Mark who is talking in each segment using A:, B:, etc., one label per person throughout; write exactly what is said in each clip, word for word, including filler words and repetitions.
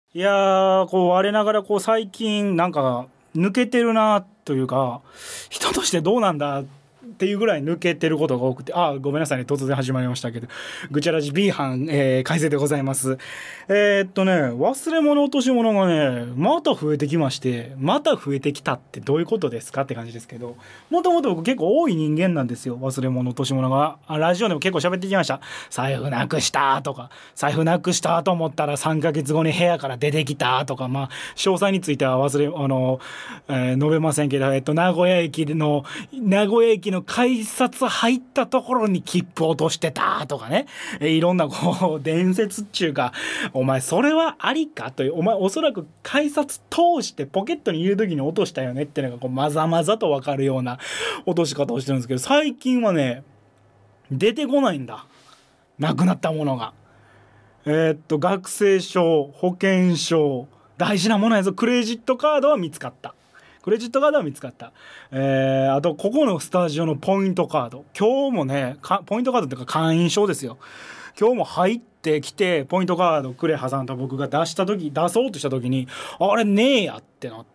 A: いやー、こう、我ながら、こう、最近、なんか、抜けてるな、というか、人としてどうなんだっていうぐらい抜けてることが多くて、あ、ごめんなさいね、突然始まりましたけど、ぐちゃらじ B 班、えー、改正でございます。えー、っとね、忘れ物落とし物がね、また増えてきまして、また増えてきたってどういうことですかって感じですけど、もともと僕結構多い人間なんですよ、忘れ物落とし物が。あ、ラジオでも結構喋ってきました。財布なくしたとか、財布なくしたと思ったらさんかげつごに部屋から出てきたとか、まあ、詳細については忘れ、あの、えー、述べませんけど、えっと、名古屋駅の、名古屋駅の改札入ったところに切符落としてたとかね、えー、いろんなこう、伝説っちゅうか、お前それはありかという、お前おそらく改札通してポケットに入れるときに落としたよねっていうのがこう、まざまざとわかるような落とし方をしてるんですけど、最近はね、出てこないんだ。なくなったものが。えー、っと、学生証、保険証、大事なものやぞ。クレジットカードは見つかった。クレジットカードは見つかった。えー、あと、ここのスタジオのポイントカード。今日もね、ポイントカードっていうか会員証ですよ。今日も入ってきて、ポイントカードくれはさんと僕が出したとき、出そうとしたときに、あれねえやってなって、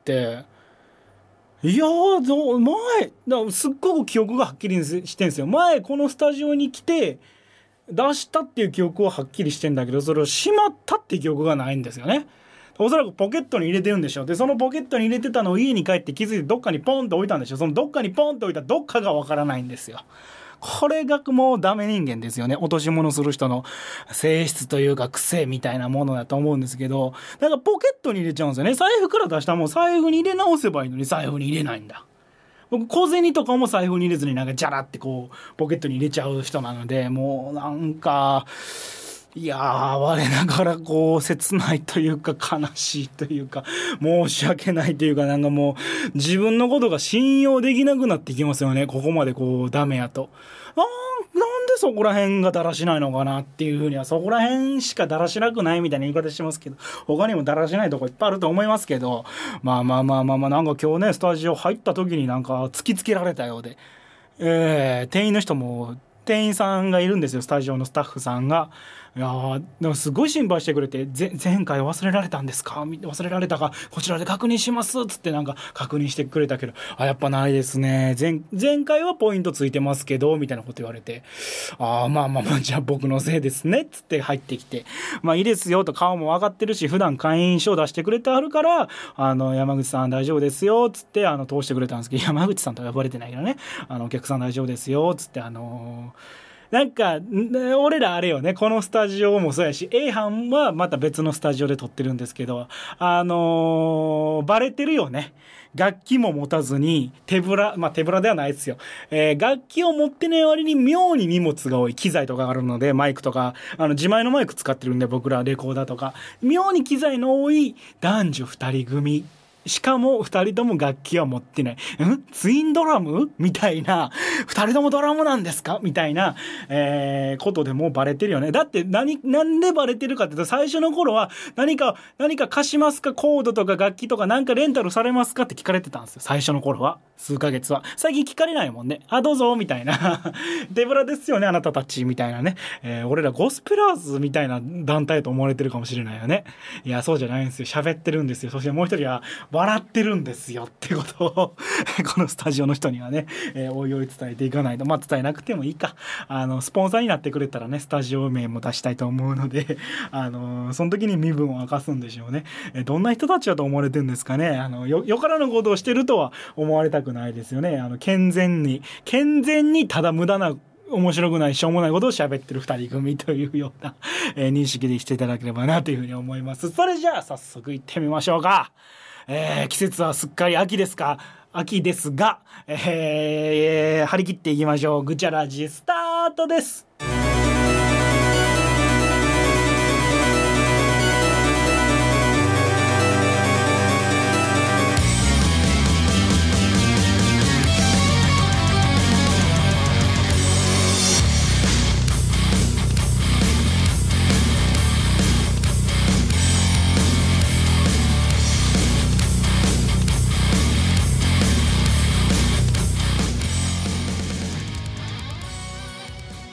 A: いやー、前、だすっごく記憶がはっきりしてんすよ。前、このスタジオに来て、出したっていう記憶ははっきりしてんだけど、それをしまったっていう記憶がないんですよね。おそらくポケットに入れてるんでしょ。で、そのポケットに入れてたのを家に帰って気づいてどっかにポンと置いたんでしょ。そのどっかにポンと置いたどっかがわからないんですよ。これがもうダメ人間ですよね。落とし物する人の性質というか癖みたいなものだと思うんですけど、だからポケットに入れちゃうんですよね。財布から出したもん財布に入れ直せばいいのに財布に入れないんだ。僕小銭とかも財布に入れずになんかジャラってこうポケットに入れちゃう人なので、もうなんかいやー我ながらこう切ないというか悲しいというか申し訳ないというか、なんかもう自分のことが信用できなくなってきますよね。ここまでこうダメやと。なんなんでそこら辺がだらしないのかなっていうふうには、そこら辺しかだらしなくないみたいな言い方してますけど、他にもだらしないとこいっぱいあると思いますけど、まあまあまあまあまあ、なんか今日ねスタジオ入った時になんか突きつけられたようで、えー、店員の人も店員さんがいるんですよ、スタジオのスタッフさんが。いやーでもすごい心配してくれて、ぜ前回忘れられたんですか、忘れられたかこちらで確認しますつってなんか確認してくれたけど、あやっぱないですね、 前, 前回はポイントついてますけどみたいなこと言われて、ああまあまあまあじゃあ僕のせいですねつって入ってきて、まあいいですよと、顔も分かってるし普段会員証出してくれてあるから、あの山口さん大丈夫ですよつってあの通してくれたんですけど、山口さんとは呼ばれてないけどね、あのお客さん大丈夫ですよつって、あのーなんか、俺らあれよね、このスタジオもそうやし、A 班はまた別のスタジオで撮ってるんですけど、あのー、バレてるよね。楽器も持たずに、手ぶら、まあ手ぶらではないですよ。えー、楽器を持ってない割に妙に荷物が多い。機材とかがあるので、マイクとか、あの、自前のマイク使ってるんで、僕らレコーダーとか。妙に機材の多い男女二人組。しかも二人とも楽器は持ってない。んツインドラムみたいな。二人ともドラムなんですかみたいな、えー、ことでもうバレてるよね。だって何、なんでバレてるかって言うと、最初の頃は何か、何か貸しますか、コードとか楽器とかなんかレンタルされますかって聞かれてたんですよ。最初の頃は。数ヶ月は。最近聞かれないもんね。あ、どうぞ、みたいな。手ぶらですよね、あなたたち、みたいなね。えー、俺らゴスペラーズみたいな団体と思われてるかもしれないよね。いや、そうじゃないんですよ。喋ってるんですよ。そしてもう一人は、笑ってるんですよってことをこのスタジオの人にはね、えー、おいおい伝えていかないと、まあ伝えなくてもいいか、あのスポンサーになってくれたらね、スタジオ名も出したいと思うので、あのその時に身分を明かすんでしょうね。えー、どんな人たちだと思われてるんですかね。あの よ, よからぬことをしてるとは思われたくないですよね。あの健全に健全にただ無駄な面白くないしょうもないことを喋ってる二人組というような、えー、認識でしていただければなというふうに思います。それじゃあ早速行ってみましょうか。えー、季節はすっかり秋ですか秋ですが、えー、張り切っていきましょう。ぐちゃらじスタートです。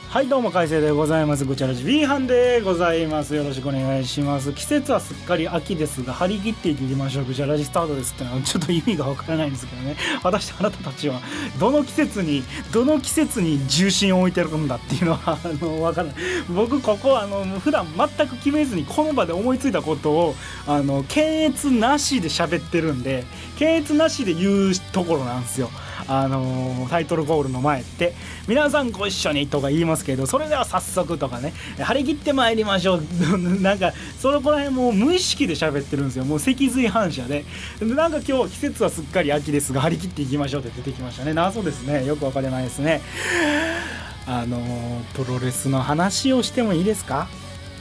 A: はい、どうも、海星でございます。こちら B 班でございます。よろしくお願いします。季節はすっかり秋ですが、張り切っていきましょう。こちらラジスタートですってのはちょっと意味がわからないんですけどね。果たしてあなたたちはどの季節にどの季節に重心を置いてるんだっていうのはあのわからない。僕ここあの普段全く決めずにこの場で思いついたことをあの検閲なしで喋ってるんで、検閲なしで言うところなんですよ。あのタイトルコールの前って皆さんご一緒にとか言いますけど、それでは早速とかね、張り切ってまいりましょうなんかそのこら辺もう無意識で喋ってるんですよ。もう脊髄反射で、なんか今日は季節はすっかり秋ですが張り切っていきましょうって出てきましたね。な、そうですね、よくわからないですね。あのプロレスの話をしてもいいですか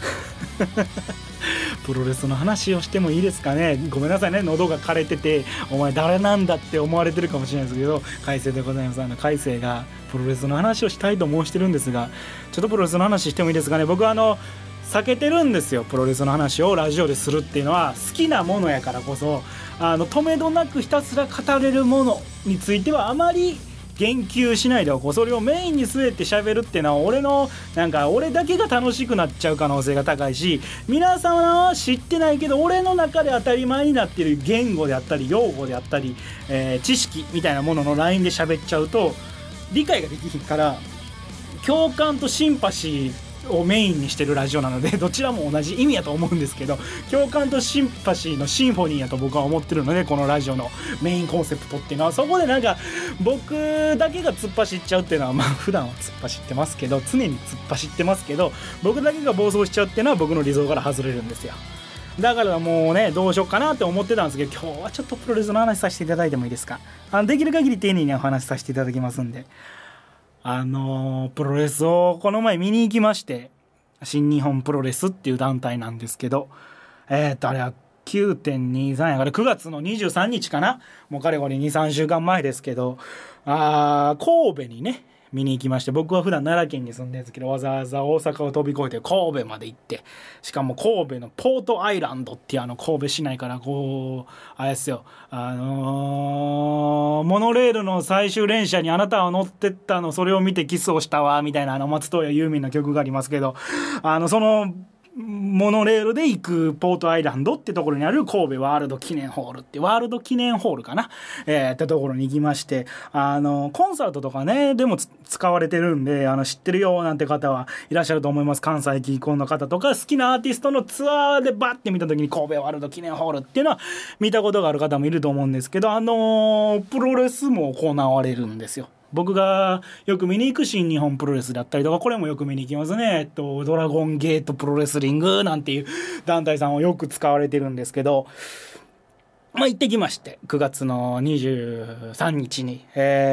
A: プロレスの話をしてもいいですかね。ごめんなさいね、喉が枯れててお前誰なんだって思われてるかもしれないですけど、海星でございます。あの海星がプロレスの話をしたいと申してるんですが、ちょっとプロレスの話してもいいですかね。僕はあの避けてるんですよ。プロレスの話をラジオでするっていうのは好きなものやからこそ、あの止めどなくひたすら語れるものについてはあまり言及しないでおこう。それをメインに据えて喋るっていうのは俺のなんか俺だけが楽しくなっちゃう可能性が高いし、皆さんは知ってないけど俺の中で当たり前になっている言語であったり用語であったり、えー、知識みたいなもののラインで喋っちゃうと理解ができひんから、共感とシンパシーをメインにしてるラジオなのでどちらも同じ意味やと思うんですけど、共感とシンパシーのシンフォニーやと僕は思ってるので、このラジオのメインコンセプトっていうのはそこでなんか僕だけが突っ走っちゃうっていうのは、まあ普段は突っ走ってますけど、常に突っ走ってますけど、僕だけが暴走しちゃうっていうのは僕の理想から外れるんですよ。だからもうね、どうしようかなって思ってたんですけど、今日はちょっとプロレスの話させていただいてもいいですか。あのできる限り丁寧にお話しさせていただきますんで、あのー、プロレスをこの前見に行きまして、新日本プロレスっていう団体なんですけど、えー、っとあれは きゅうてんにさん やからくがつのにじゅうさんにちかな、もうかれこれ にさんしゅうかんまえですけど、あ神戸にね見に行きまして、僕は普段奈良県に住んでるんですけど、わざわざ大阪を飛び越えて神戸まで行って、しかも神戸のポートアイランドっていうあの神戸市内からこうあれですよ、あのー、モノレールの最終電車にあなたは乗ってったの、それを見てキスをしたわみたいな、あの松任谷由実の曲がありますけど、あのそのモノレールで行くポートアイランドってところにある神戸ワールド記念ホールってワールド記念ホールかな、えー、ってところに行きまして、あのコンサートとかねでも使われてるんで、あの知ってるよなんて方はいらっしゃると思います。関西近郊の方とか好きなアーティストのツアーでバッて見た時に神戸ワールド記念ホールっていうのは見たことがある方もいると思うんですけど、あのー、プロレスも行われるんですよ。僕がよく見に行く新日本プロレスだったりとか、これもよく見に行きますね、えっと、ドラゴンゲートプロレスリングなんていう団体さんをよく使われてるんですけど、まあ行ってきまして、くがつのにじゅうさんにちに、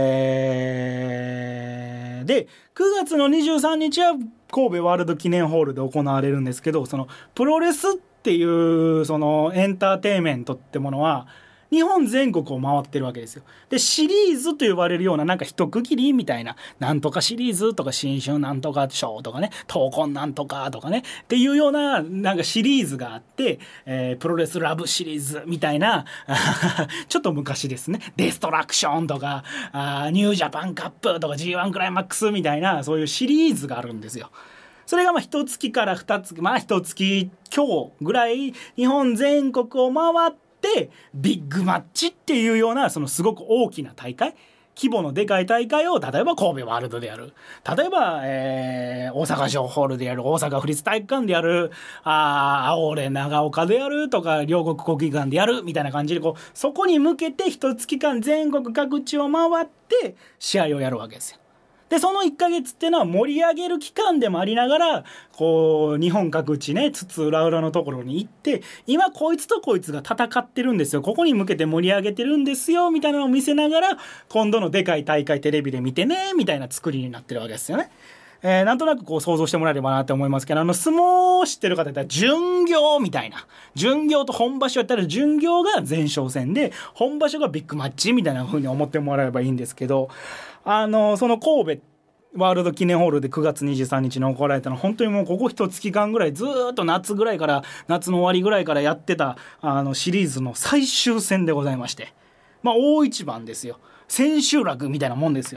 A: えー、でくがつのにじゅうさんにちは神戸ワールド記念ホールで行われるんですけど、そのプロレスっていうそのエンターテインメントってものは日本全国を回ってるわけですよ。でシリーズと呼ばれるようななんか一区切りみたいな、なんとかシリーズとか新春なんとか賞とかね、闘魂なんとかとかねっていうようななんかシリーズがあって、えー、プロレスラブシリーズみたいなちょっと昔ですね、デストラクションとかあニュージャパンカップとか ジーワン クライマックスみたいな、そういうシリーズがあるんですよ。それがまあ一月から二月、まあ一月強ぐらい日本全国を回ってでビッグマッチっていうような、そのすごく大きな大会、規模のでかい大会を、例えば神戸ワールドでやる、例えば、えー、大阪城ホールでやる、大阪府立体育館でやる、あ青レ長岡でやるとか、両国国技館でやるみたいな感じで、こうそこに向けて一月間全国各地を回って試合をやるわけですよ。でそのいっかげつっていうのは盛り上げる期間でもありながら、こう日本各地ね、津々浦々のところに行って、今こいつとこいつが戦ってるんですよ、ここに向けて盛り上げてるんですよみたいなのを見せながら、今度のでかい大会テレビで見てねみたいな作りになってるわけですよね。えー、なんとなくこう想像してもらえればなって思いますけど、あの相撲を知ってる方だったら巡業みたいな、巡業と本場所やったら巡業が前哨戦で本場所がビッグマッチみたいな風に思ってもらえればいいんですけど、あのその神戸ワールド記念ホールでくがつにじゅうさんにちに行われたのは、本当にもうここ一月間ぐらいずっと夏ぐらいから夏の終わりぐらいからやってたあのシリーズの最終戦でございまして、まあ大一番ですよ、千秋楽みたいなもんですよ。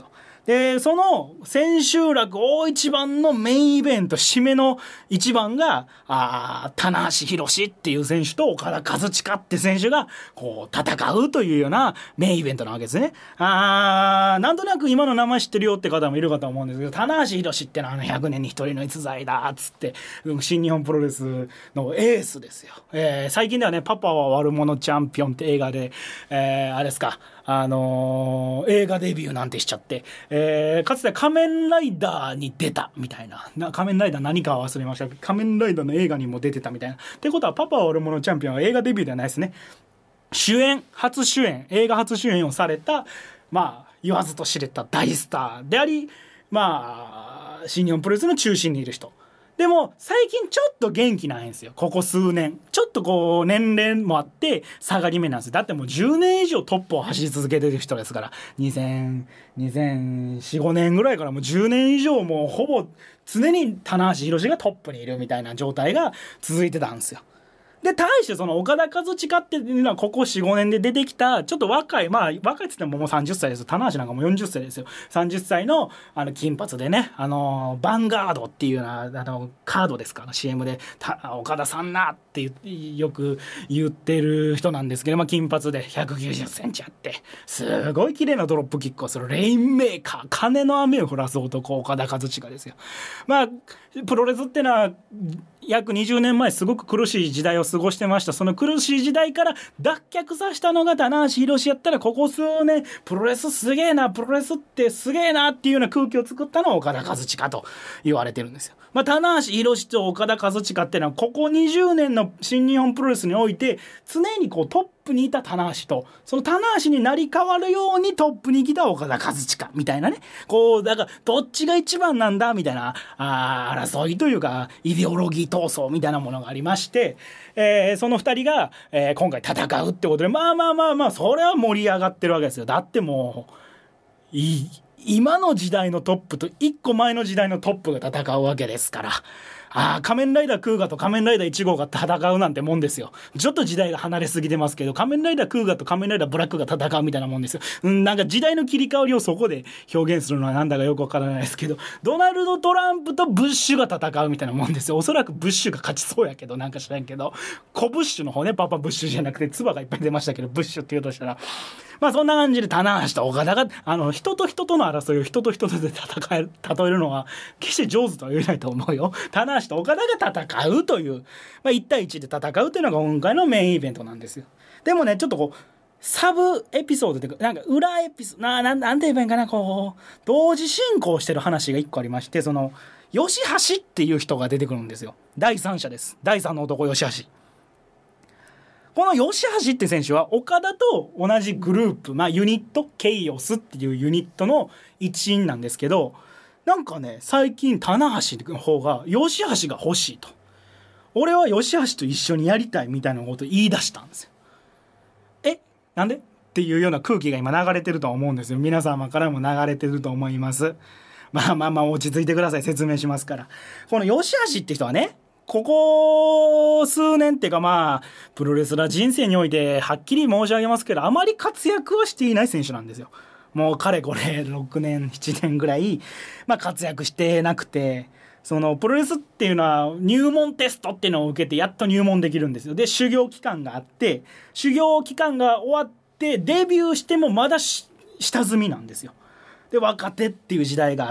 A: でその千秋楽大一番のメインイベント締めの一番があ棚橋宏っていう選手と岡田和親って選手がこう戦うというようなメインイベントなわけですね。あーなんとなく今の名前知ってるよって方もいるかと思うんですけど、棚橋宏ってのはあのひゃくねんに一人の逸材だっつって新日本プロレスのエースですよ。えー、最近ではねパパは悪者チャンピオンって映画で、えー、あれですかあのー、映画デビューなんてしちゃって、えー、かつて仮面ライダーに出たみたいな、な仮面ライダー何かは忘れましたけど仮面ライダーの映画にも出てたみたいな。ってことはパパは悪者チャンピオンは映画デビューではないですね。主演初主演映画初主演をされたまあ言わずと知れた大スターであり、まあ新日本プロレスの中心にいる人でも最近ちょっと元気なんですよ。ここ数年ちょっとこう年齢もあって下がり目なんですよ。だってもうじゅうねん以上トップを走り続けてる人ですから、にせん、にせんよん、ごねんぐらいからもうじゅうねん以上もうほぼ常に棚橋宏がトップにいるみたいな状態が続いてたんですよ。で対してその岡田和親っていうのはここ よん、ごねんで出てきたちょっと若い、まあ若いっつってももうさんじゅっさいですよ。棚橋なんかもうよんじゅっさいですよ。さんじゅっさいのあの金髪でね、あのバンガードっていうようなあのカードですか、シーエム でた岡田さんなってよく言ってる人なんですけど、まあ、金髪でひゃくきゅうじゅっセンチあってすごい綺麗なドロップキックをするレインメーカー、金の雨を降らす男岡田和親ですよ。まあプロレスってのは約にじゅうねんまえすごく苦しい時代を過ごしてました。その苦しい時代から脱却させたのが棚橋宏やったら、ここ数年プロレスすげえなプロレスってすげえなっていうような空気を作ったのは岡田和親と言われてるんですよ。まあ、棚橋宏と岡田和親っていうのはここにじゅうねんの新日本プロレスにおいて常にこうトップにいた棚橋と、その棚橋になり変わるようにトップに来た岡田和親みたいなね、こうだからどっちが一番なんだみたいなあ争いというかイデオロギー闘争みたいなものがありまして、えー、そのふたりが、えー、今回戦うってことで、まあまあまあまあそれは盛り上がってるわけですよ。だってもういい今の時代のトップといっこまえの時代のトップが戦うわけですから、あ仮面ライダークーガと仮面ライダーいち号が戦うなんてもんですよ。ちょっと時代が離れすぎてますけど、仮面ライダークーガと仮面ライダーブラックが戦うみたいなもんですよ。うん、なんか時代の切り替わりをそこで表現するのはなんだかよくわからないですけど、ドナルド・トランプとブッシュが戦うみたいなもんですよ。おそらくブッシュが勝ちそうやけど、なんか知らんけど、コブッシュの方ね、パパブッシュじゃなくて唾がいっぱい出ましたけど、ブッシュって言うとしたら、まあそんな感じで棚橋と岡田があの人と人との争いを人と人とで戦える例えるのは決して上手とは言えないと思うよ。棚橋と岡田が戦うという、まあ、いち対いちで戦うというのが今回のメインイベントなんですよ。でもねちょっとこうサブエピソードでなんか裏エピソードななんなんて言えばいいんかな、こう同時進行してる話がいっこありまして、その吉橋っていう人が出てくるんですよ。第三者です。第三の男吉橋。この吉橋って選手は岡田と同じグループ、まあユニットケイオスっていうユニットの一員なんですけど、なんかね最近棚橋の方が吉橋が欲しいと、俺は吉橋と一緒にやりたいみたいなことを言い出したんですよ。えなんでっていうような空気が今流れてると思うんですよ。皆様からも流れてると思います。まあまあまあ落ち着いてください、説明しますから。この吉橋って人はね、ここ数年っていうかまあプロレスラー人生においてはっきり申し上げますけど、あまり活躍はしていない選手なんですよ。もうかれこれろくねんななねんぐらい、まあ、活躍してなくて、そのプロレスっていうのは入門テストっていうのを受けてやっと入門できるんですよ。で修行期間があって、修行期間が終わってデビューしてもまだ下積みなんですよ。で若手っていう時代があって、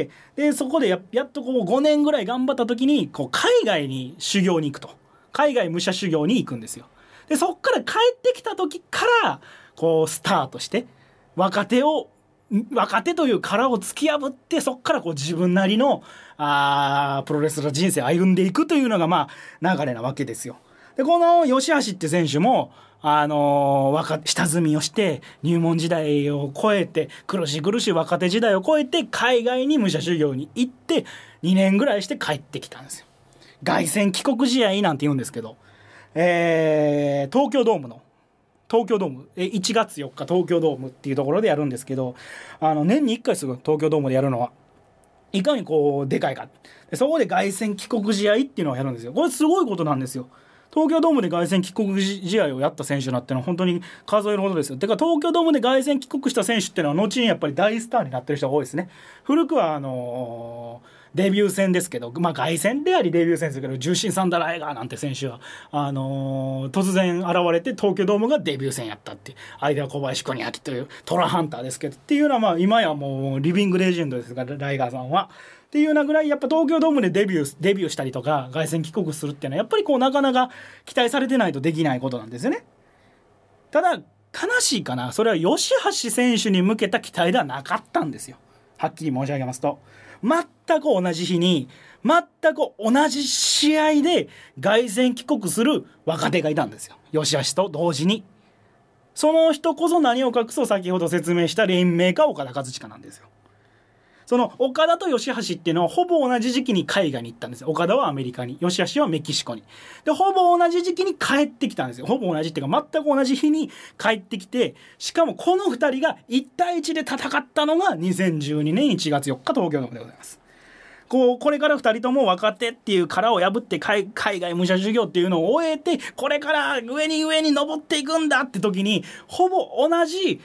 A: でそこで や, やっとこうごねんぐらい頑張った時にこう海外に修行に行くと、海外武者修行に行くんですよ。でそっから帰ってきた時からこうスタートして若手を若手という殻を突き破って、そっからこう自分なりのあプロレスラー人生を歩んでいくというのがまあ流れなわけですよ。でこの吉橋って選手もあのー、下積みをして入門時代を超えて苦しい苦しい若手時代を超えて海外に武者修行に行ってにねんぐらいして帰ってきたんですよ。凱旋帰国試合なんて言うんですけど、えー、東京ドームの東京ドームいちがつよっか東京ドームっていうところでやるんですけど、あの年にいっかいすぐ東京ドームでやるのはいかにこうでかいか、そこで凱旋帰国試合っていうのをやるんですよ。これすごいことなんですよ。 東京ドームで凱旋帰国試合をやった選手なんてのは本当に数えるほどですよ。てか東京ドームで凱旋帰国した選手っていうのは後にやっぱり大スターになってる人が多いですね。古くはあのーデビュー戦ですけど、まあ凱旋でありデビュー戦ですけど、重心サンダーライガーなんて選手はあのー、突然現れて東京ドームがデビュー戦やったっていう、相手は小林邦明というトラハンターですけどっていうのは、まあ今やもうリビングレジェンドですが、ライガーさんはっていうようなぐらい、やっぱ東京ドームでデビューデビューしたりとか凱旋帰国するっていうのはやっぱりこうなかなか期待されてないとできないことなんですよね。ただ悲しいかな、それは吉橋選手に向けた期待ではなかったんですよ。はっきり申し上げますと、全く同じ日に全く同じ試合で凱旋帰国する若手がいたんですよ、吉橋と同時に。その人こそ何を隠そう先ほど説明したレインメーカー岡田和親なんですよ。その岡田と吉橋っていうのはほぼ同じ時期に海外に行ったんですよ。岡田はアメリカに、吉橋はメキシコに。でほぼ同じ時期に帰ってきたんですよ。ほぼ同じっていうか全く同じ日に帰ってきて、しかもこのふたりがいち対いちで戦ったのがにせんじゅうにねんいちがつよっか東京ドームでございます。こうこれからふたりとも若手っていう殻を破って海外武者修行っていうのを終えて、これから上に上に登っていくんだって時にほぼ同じ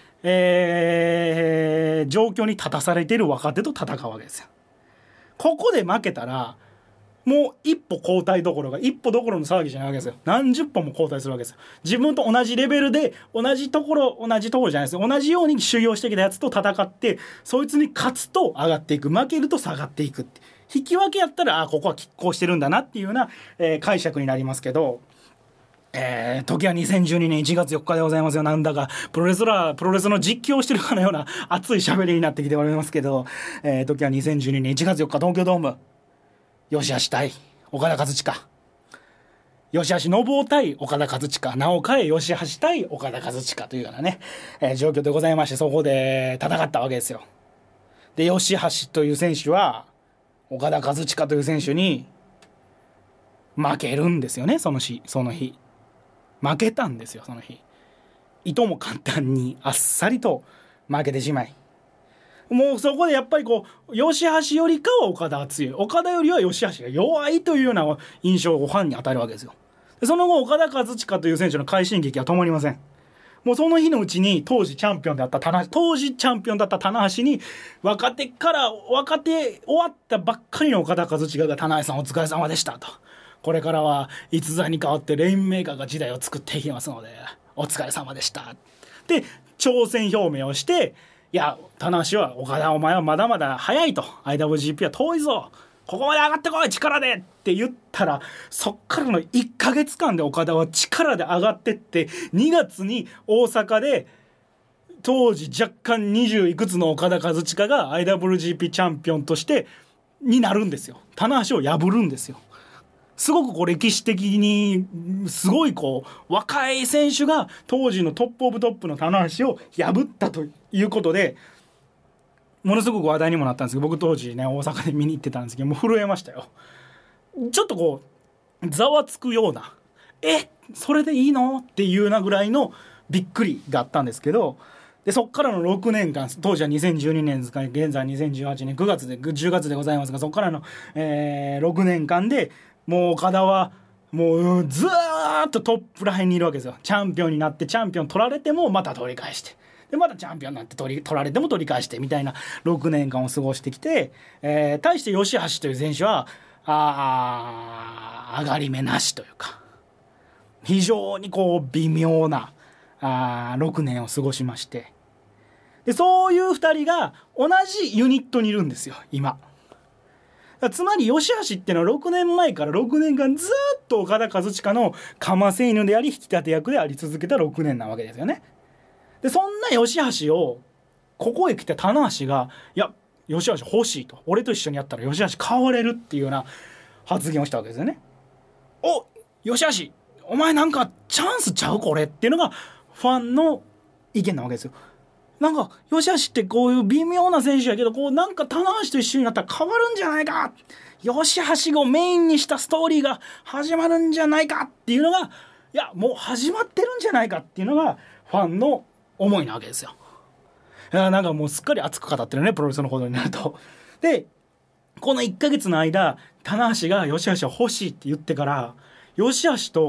A: えー、状況に立たされている若手と戦うわけですよ。ここで負けたらもう一歩後退どころが一歩どころの騒ぎじゃないわけですよ。何十歩も後退するわけですよ。自分と同じレベルで同じところ同じところじゃないですよ、同じように修行してきたやつと戦ってそいつに勝つと上がっていく、負けると下がっていくって、引き分けやったらあここは拮抗してるんだなっていうような、えー、解釈になりますけど、えー、時はにせんじゅうにねんいちがつよっかでございますよ。なんだかプロレスラープロレスの実況をしてるかのような熱い喋りになってきておりますけど、えー、時はにせんじゅうにねんいちがつよっか東京ドーム、吉橋対岡田和親、吉橋信夫対岡田和親、なおかえ吉橋対岡田和親というようなね、えー、状況でございまして、そこで戦ったわけですよ。で吉橋という選手は岡田和親という選手に負けるんですよね。その日その日負けたんですよ。その日いとも簡単にあっさりと負けてしまい、もうそこでやっぱりこう吉橋よりかは岡田が強い、岡田よりは吉橋が弱いというような印象をファンに与えるわけですよ。でその後岡田和親という選手の快進撃は止まりません。もうその日のうちに当時チャンピオンだった棚当時チャンピオンだった棚橋に若手から若手終わったばっかりの岡田和親が棚橋さんお疲れ様でしたと、これからは逸材に代わってレインメーカーが時代を作っていきますのでお疲れ様でしたで挑戦表明をして、いや棚橋は岡田お前はまだまだ早いと、 アイダブリュージーピー は遠いぞ、ここまで上がってこい力でって言ったら、そっからのいっかげつかんで岡田は力で上がってって、にがつに大阪で当時若干にじゅういくつの岡田和親が アイダブリュージーピー チャンピオンとしてになるんですよ。棚橋を破るんですよ。すごくこう歴史的にすごいこう若い選手が当時のトップオブトップの棚橋を破ったということでものすごく話題にもなったんですけど、僕当時ね大阪で見に行ってたんですけどもう震えましたよ。ちょっとこうざわつくような、えそれでいいのっていうようなぐらいのびっくりがあったんですけど、でそっからのろくねんかん、当時はにせんじゅうにねんですから、現在にせんじゅうはちねんくがつでじゅうがつでございますが、そこからの、えー、ろくねんかんでもう岡田はもうずーっとトップラインにいるわけですよ。チャンピオンになってチャンピオン取られてもまた取り返して、でまたチャンピオンになって取り取られても取り返してみたいなろくねんかんを過ごしてきて、えー、対して吉橋という選手はあ上がり目なしというか非常にこう微妙なあろくねんを過ごしまして、でそういうふたりが同じユニットにいるんですよ今。つまり吉橋っていうのはろくねんまえからろくねんかんずっと岡田和親のかませ犬であり引き立て役であり続けたろくねんなわけですよね。でそんな吉橋をここへ来て棚橋がいや吉橋欲しいと、俺と一緒にやったら吉橋買われるっていうような発言をしたわけですよね。お吉橋お前なんかチャンスちゃうこれっていうのがファンの意見なわけですよ。なんか吉橋ってこういう微妙な選手やけど、こうなんか棚橋と一緒になったら変わるんじゃないか、吉橋をメインにしたストーリーが始まるんじゃないかっていうのが、いやもう始まってるんじゃないかっていうのがファンの思いなわけですよ。いやなんかもうすっかり熱く語ってるねプロレスのことになると。でこのいっかげつの間棚橋が吉橋を欲しいって言ってから、吉橋と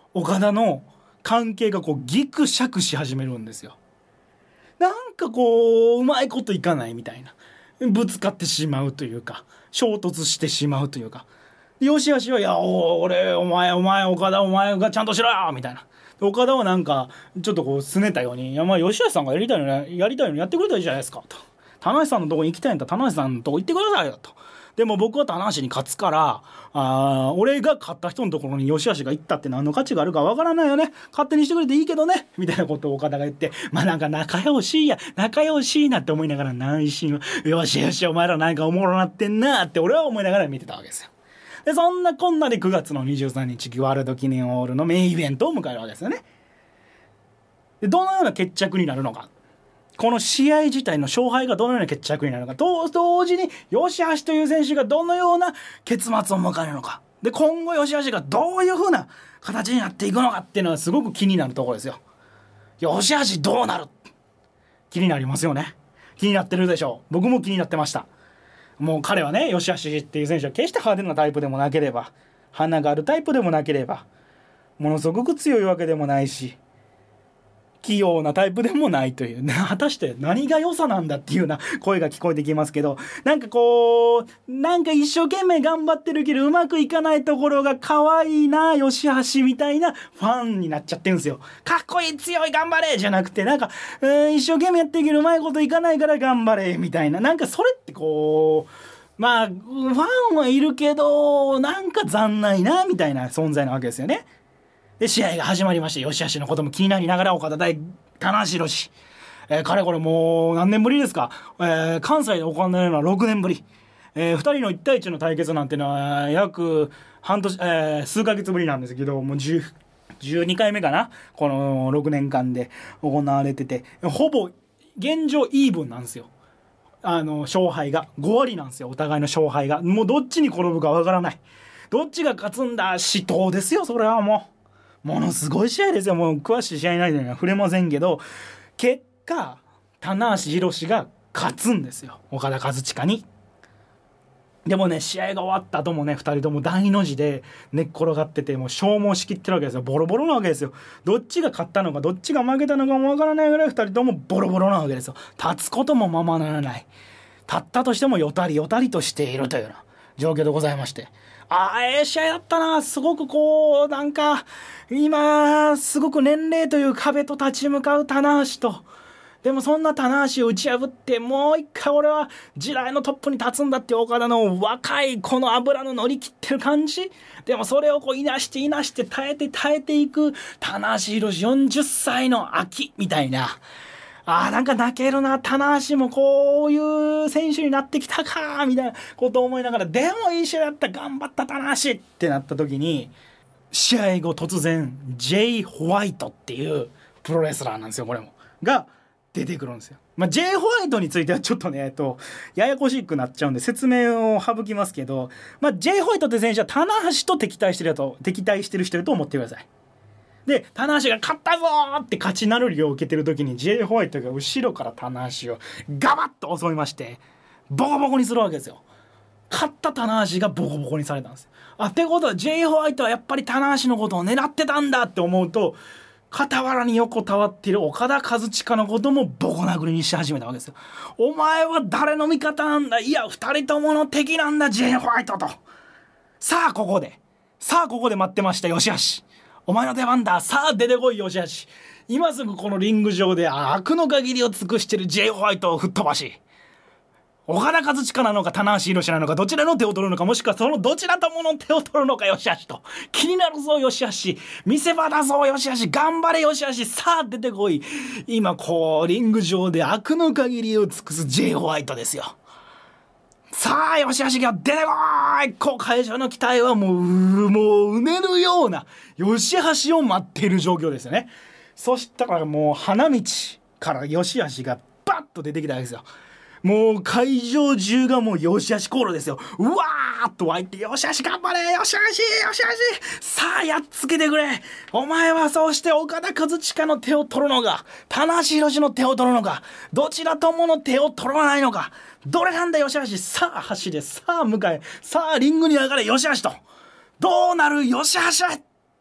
A: 岡田の関係がこうギクシャクし始めるんですよ。なんかこううまいこといかないみたいな、ぶつかってしまうというか衝突してしまうというか、よしあしはいや俺お前お前岡田お前がちゃんとしろよみたいな、岡田はなんかちょっとこう拗ねたように、いやまあ吉橋さんがやりたいのやりたいのにやってくれたらいいじゃないですかと、田無さんのとこに行きたいんだったら田無さんのとこ行ってくださいよと、でも僕は田無に勝つから、あ俺が勝った人のところに吉橋が行ったって何の価値があるかわからないよね、勝手にしてくれていいけどねみたいなことを岡田が言って、まあなんか仲良しいや仲良しいなって思いながら内心はよしよしお前らなんかおもろなってんなって俺は思いながら見てたわけですよ。でそんなこんなでくがつのにじゅうさんにちワールド記念ホールのメインイベントを迎えるわけですよね。でどのような決着になるのか、この試合自体の勝敗がどのような決着になるのかと同時に吉橋という選手がどのような結末を迎えるのか、で今後吉橋がどういう風な形になっていくのかっていうのはすごく気になるところですよ。吉橋どうなる、気になりますよね。気になってるでしょう。僕も気になってました。もう彼はね、吉橋っていう選手は決して派手なタイプでもなければ花があるタイプでもなければものすごく強いわけでもないし器用なタイプでもないという、果たして何が良さなんだっていうような声が聞こえてきますけど、なんかこうなんか一生懸命頑張ってるけどうまくいかないところが可愛いな吉橋みたいなファンになっちゃってるんですよ。かっこいい強い頑張れじゃなくて、なんかうーん一生懸命やってるけどうまいこといかないから頑張れみたいな、なんかそれってこうまあファンはいるけどなんか残ないなみたいな存在なわけですよね。で試合が始まりまして、吉橋のことも気になりながら岡田対棚橋宏、えー、かれこれもう何年ぶりですか、えー、関西で行われるのはろくねんぶり、えー、ふたりのいち対いちの対決なんていうのは約半年、えー、数ヶ月ぶりなんですけど、もうじゅう、じゅうにかいめかな、このろくねんかんで行われてて、ほぼ現状イーブンなんですよ。あの勝敗がごわりなんですよ。お互いの勝敗がもうどっちに転ぶかわからない、どっちが勝つんだ死闘ですよ。それはもうものすごい試合ですよ。もう詳しい試合内容には触れませんけど、結果棚橋宏が勝つんですよ、岡田和親に。でもね、試合が終わった後もね、ふたりとも大の字で寝っ転がってて、もう消耗しきってるわけですよ。ボロボロなわけですよ。どっちが勝ったのかどっちが負けたのかもわからないぐらいふたりともボロボロなわけですよ。立つこともままならない、立ったとしてもよたりよたりとしているというような状況でございまして、ああええ試合だったな。すごくこうなんか今すごく年齢という壁と立ち向かう棚橋と、でもそんな棚橋を打ち破ってもう一回俺は時代のトップに立つんだって岡田の若いこの油の乗り切ってる感じ、でもそれをこういなしていなして耐えて耐えていく棚橋宏よんじゅっさいの秋みたいな、あーなんか泣けるな、棚橋もこういう選手になってきたかみたいなことを思いながら、でもいい試合だった、頑張った棚橋ってなった時に、試合後突然 J ホワイトっていうプロレスラーなんですよ、これもが出てくるんですよ。まあ、J ホワイトについてはちょっとね、えっと、ややこしくなっちゃうんで説明を省きますけど、まあ、J ホワイトって選手は棚橋と敵対してると敵対してる人だと思ってください。で棚橋が勝ったぞーって勝ち名乗りを受けてる時に J ホワイトが後ろから棚橋をガバッと襲いましてボコボコにするわけですよ。勝った棚橋がボコボコにされたんですよ。あってことは J ホワイトはやっぱり棚橋のことを狙ってたんだって思うと、傍らに横たわっている岡田和親のこともボコ殴りにし始めたわけですよ。お前は誰の味方なんだ、いや二人ともの敵なんだ J ホワイトと。さあここでさあここで待ってました吉橋、お前の出番だ、さあ出てこい吉橋、今すぐこのリング上で悪の限りを尽くしている J ホワイトを吹っ飛ばし、岡田和親なのか棚橋宏なのかどちらの手を取るのか、もしくはそのどちらともの手を取るのか吉橋と。気になるぞ吉橋、見せ場だぞ吉橋、頑張れ吉橋、さあ出てこい。今こうリング上で悪の限りを尽くす J ホワイトですよ。さあ吉橋が出てこい。こう会場の期待はもうもううねるような吉橋を待っている状況ですよね。そしたらもう花道から吉橋がバッと出てきたわけですよ。もう会場中がもう吉橋コールですよ。うわーっと湧いて、吉橋頑張れ吉橋吉橋、さあやっつけてくれ。お前はそうして岡田和親の手を取るのか棚橋宏の手を取るのか、どちらともの手を取らないのか、どれなんだ吉橋、さあ走れ、さあ向かえ、さあリングに上がれ吉橋と。どうなる吉橋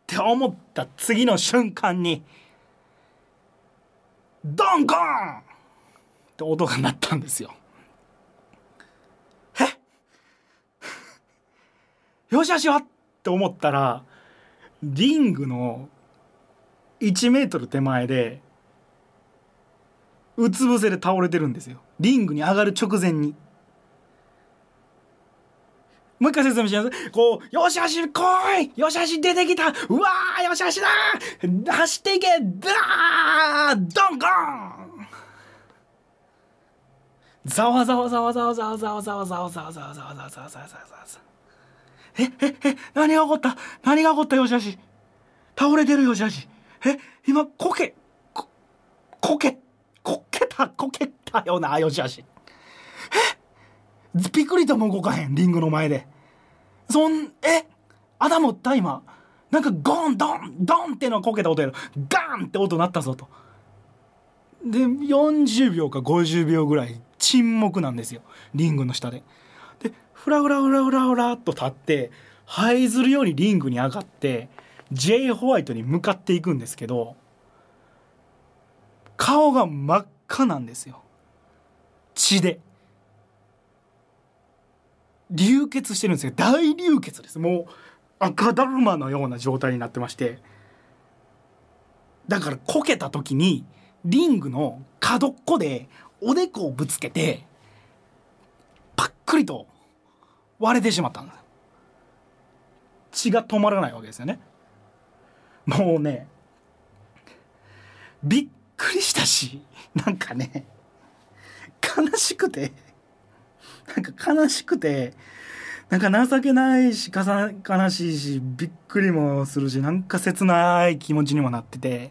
A: って思った次の瞬間にドンコーンって音が鳴ったんですよ。えよしよしよって思ったらリングのいちメートル手前でうつ伏せで倒れてるんですよ。リングに上がる直前に。もう一回説明します。こう、よしよし来いよしよし出てきたうわーよしよしだ走っていけダードンコーンざわざわざわざわざわざわざわざわざわざわざわざわざわざわざわざえええ何が起こった何が起こったよしよし倒れてるよしよしえ今こけここけこけたこけたよなよしよしえピクリとも動かへんリングの前でそんえ頭打った今なんかゴンドンドンってのはこけた音やろガンって音鳴ったぞとでよんじゅうびょうかごじゅうびょうぐらい沈黙なんですよリングの下ででフラフラフラフラフラっと立って這いずるようにリングに上がって ジェイ ホワイトに向かっていくんですけど顔が真っ赤なんですよ血で流血してるんですよ大流血ですもう赤だるまのような状態になってましてだからこけた時にリングの角っこでおでこをぶつけてパックリと割れてしまったんです血が止まらないわけですよねもうねびっくりしたしなんかね悲しくてなんか悲しくてなんか情けないし悲しいしびっくりもするしなんか切ない気持ちにもなってて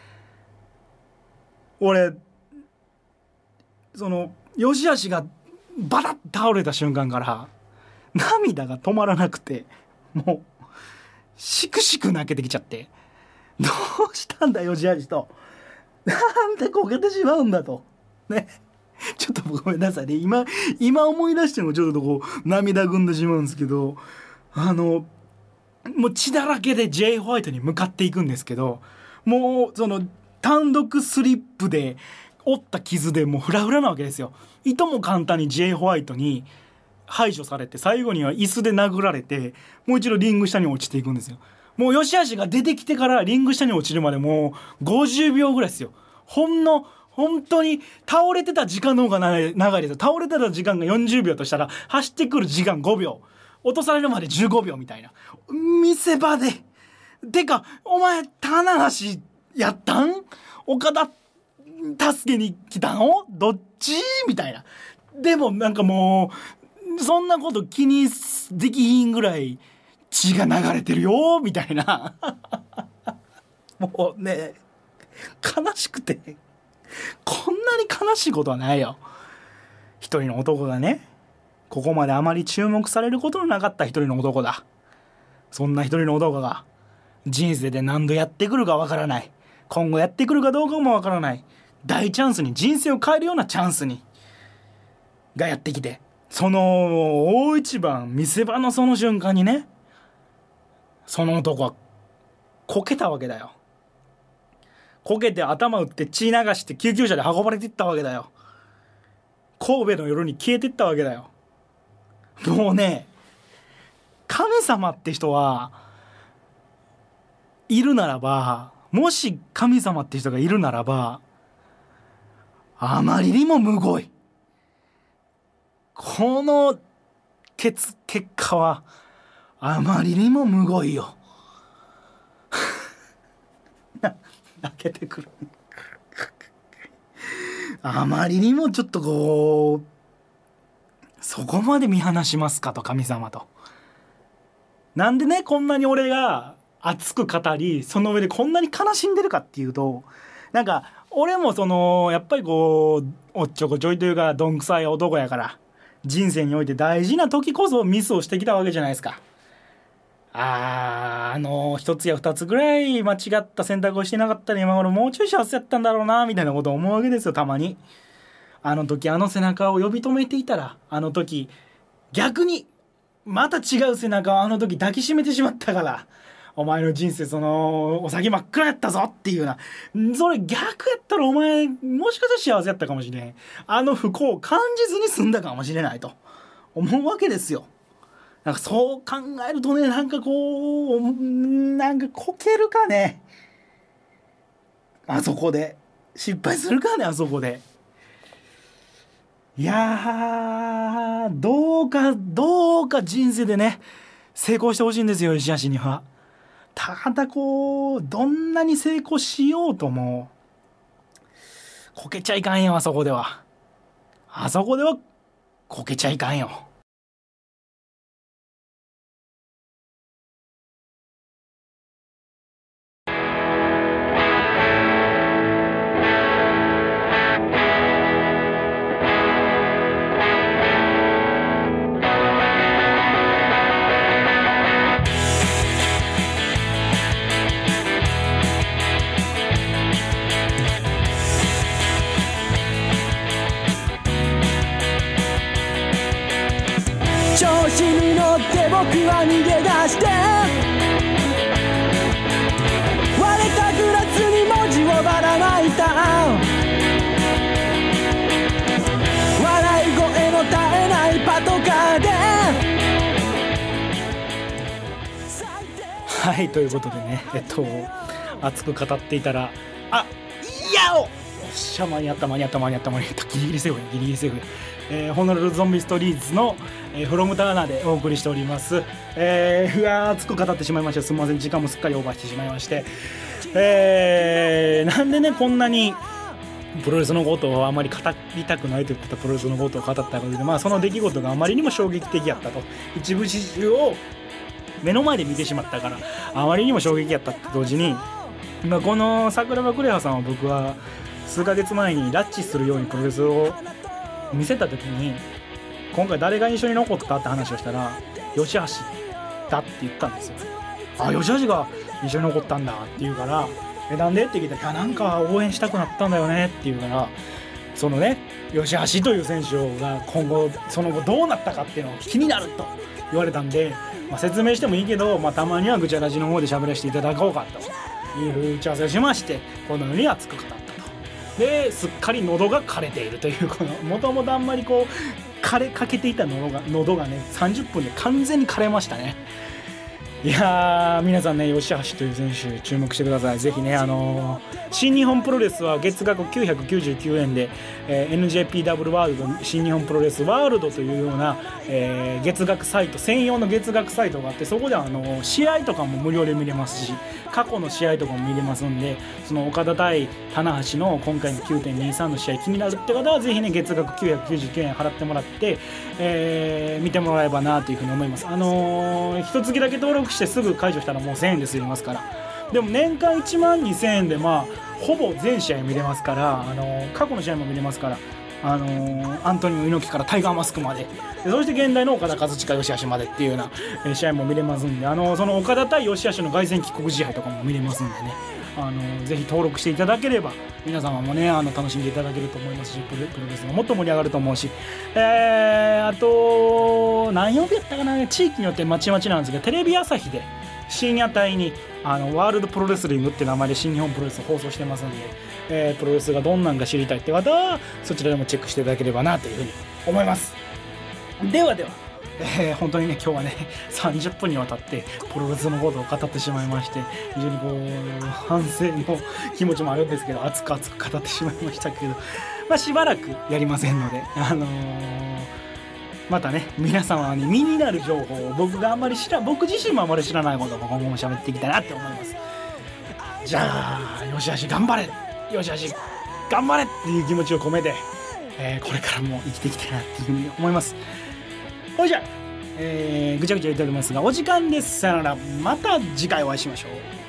A: 俺そのよしあしがバタッと倒れた瞬間から涙が止まらなくてもうしくしく泣けてきちゃってどうしたんだよしあしとなんでこけてしまうんだとねちょっとごめんなさいね今今思い出してもちょっとこう涙ぐんでしまうんですけどあのもう血だらけで ジェイ ホワイトに向かっていくんですけどもうその単独スリップで負った傷でもうフラフラなわけですよいとも簡単に ジェイ ホワイトに排除されて最後には椅子で殴られてもう一度リング下に落ちていくんですよもうよしあしが出てきてからリング下に落ちるまでもうごじゅうびょうぐらいですよほんの本当に倒れてた時間の方が長いですよ倒れてた時間がよんじゅうびょうとしたら走ってくる時間ごびょう落とされるまでじゅうごびょうみたいな見せ場でてかお前棚橋やったん岡田助けに来たのどっちみたいなでもなんかもうそんなこと気にできひんぐらい血が流れてるよみたいなもうね悲しくてこんなに悲しいことはないよ一人の男がねここまであまり注目されることのなかった一人の男だそんな一人の男が人生で何度やってくるかわからない今後やってくるかどうかもわからない大チャンスに人生を変えるようなチャンスにがやってきてその大一番見せ場のその瞬間にねその男はこけたわけだよこけて頭打って血流して救急車で運ばれていったわけだよ神戸の夜に消えていったわけだよもうね神様って人はいるならばもし神様って人がいるならばあまりにもむごいこの結結果はあまりにもむごいよ泣けてくるあまりにもちょっとこうそこまで見放しますかと神様となんでねこんなに俺が熱く語りその上でこんなに悲しんでるかっていうとなんか俺もそのやっぱりこうおっちょこちょいというかどんくさい男やから人生において大事な時こそミスをしてきたわけじゃないですかあーあの一つや二つぐらい間違った選択をしてなかったら今頃もうちょい幸せやったんだろうなみたいなことを思うわけですよたまにあの時あの背中を呼び止めていたらあの時逆にまた違う背中をあの時抱きしめてしまったからお前の人生そのお先真っ暗やったぞっていうな、それ逆やったらお前もしかしたら幸せやったかもしれん、あの不幸を感じずに済んだかもしれないと思うわけですよ。なんかそう考えるとね、なんかこうなんかこけるかね、あそこで失敗するかね、あそこで。いやー、どうかどうか人生でね成功してほしいんですよ、吉橋には。ただこうどんなに成功しようともこけちゃいかんよ、あそこでは。あそこではこけちゃいかんよ。
B: 調子に乗って僕は逃げ出して割れたグラスに文字をばらまいた。笑い声の絶えないパトカーで。
A: はい、ということでね、えっと熱く語っていたら、あ、いやおよっしゃ、間に合った間に合った間に合った間に合った、ギリギリセーフやギリギリセーフや。えー、ホノルルゾンビストリーズの、えー、フロムターナーでお送りしております。えー、うわー熱く語ってしまいました。すみません、時間もすっかりオーバーしてしまいまして、えー、なんでねこんなにプロレスのことをあまり語りたくないと言ってたプロレスのことを語ったわけで、まあその出来事があまりにも衝撃的やったと、一部始終を目の前で見てしまったからあまりにも衝撃やったと同時に、まあ、この桜庭クレアさんを僕は数ヶ月前に拉致するようにプロレスを見せた時に、今回誰が印象に残ったって話をしたら吉橋だって言ったんですよ。あ、吉橋が印象に残ったんだって言うから、えなんでって聞いたら、いやなんか応援したくなったんだよねって言うから、そのね吉橋という選手が今後その後どうなったかっていうのを気になると言われたんで、まあ、説明してもいいけど、まあ、たまにはぐちゃらじの方で喋らせていただこうかという打ち合わせをしまして、このように熱く語ったと。ですっかり喉が枯れているという、このもともとあんまりこう枯れかけていた喉が喉がねさんじゅっぷんで完全に枯れましたね。いやー皆さんね、吉橋という選手注目してください。ぜひね、あのー、新日本プロレスは月額きゅうひゃくきゅうじゅうきゅうえんで、えー、エヌジェーピーダブリュー ワールド新日本プロレスワールドというような、えー、月額サイト専用の月額サイトがあって、そこではあのー、試合とかも無料で見れますし、過去の試合とかも見れますんで、その岡田対棚橋の今回の きゅうてんにさん の試合気になるって方はぜひね月額きゅうひゃくきゅうじゅうきゅうえん払ってもらって、えー、見てもらえばなというふうに思います。あのー、一月だけ登録してすぐ解除したらもうせんえんで済みますから。でも年間いちまんにせんえんでまあほぼ全試合見れますから、あのー、過去の試合も見れますから、あのー、アントニオ猪木からタイガーマスクまで、でそして現代の岡田和親吉橋までっていうような、えー、試合も見れますんで、あのー、その岡田対吉橋の凱旋帰国試合とかも見れますんでね、あのー、ぜひ登録していただければ皆様もねあの楽しんでいただけると思いますし、プロ、プロレスがもっと盛り上がると思うし、えー、あと何曜日やったかな、地域によってまちまちなんですが、テレビ朝日で深夜帯にあのワールドプロレスリングって名前で新日本プロレスを放送してますんで、えー、プロレスがどんなんか知りたいって方はそちらでもチェックしていただければなというふうに思います。ではでは、えー、本当にね今日はねさんじゅっぷんにわたってプロレスのことを語ってしまいまして、非常にこう反省の気持ちもあるんですけど、熱く熱く語ってしまいましたけど、まあしばらくやりませんので、あのーまたね皆様に身になる情報を僕があんまり知ら僕自身もあまり知らないことを今後も喋っていきたいなって思います。じゃあ吉橋頑張れ、吉橋頑張れっていう気持ちを込めて、えー、これからも生きていきたいなっていうふうに思います。ほいじゃあ、えー、ぐちゃぐちゃ言っておりますがお時間です。さよなら、また次回お会いしましょう。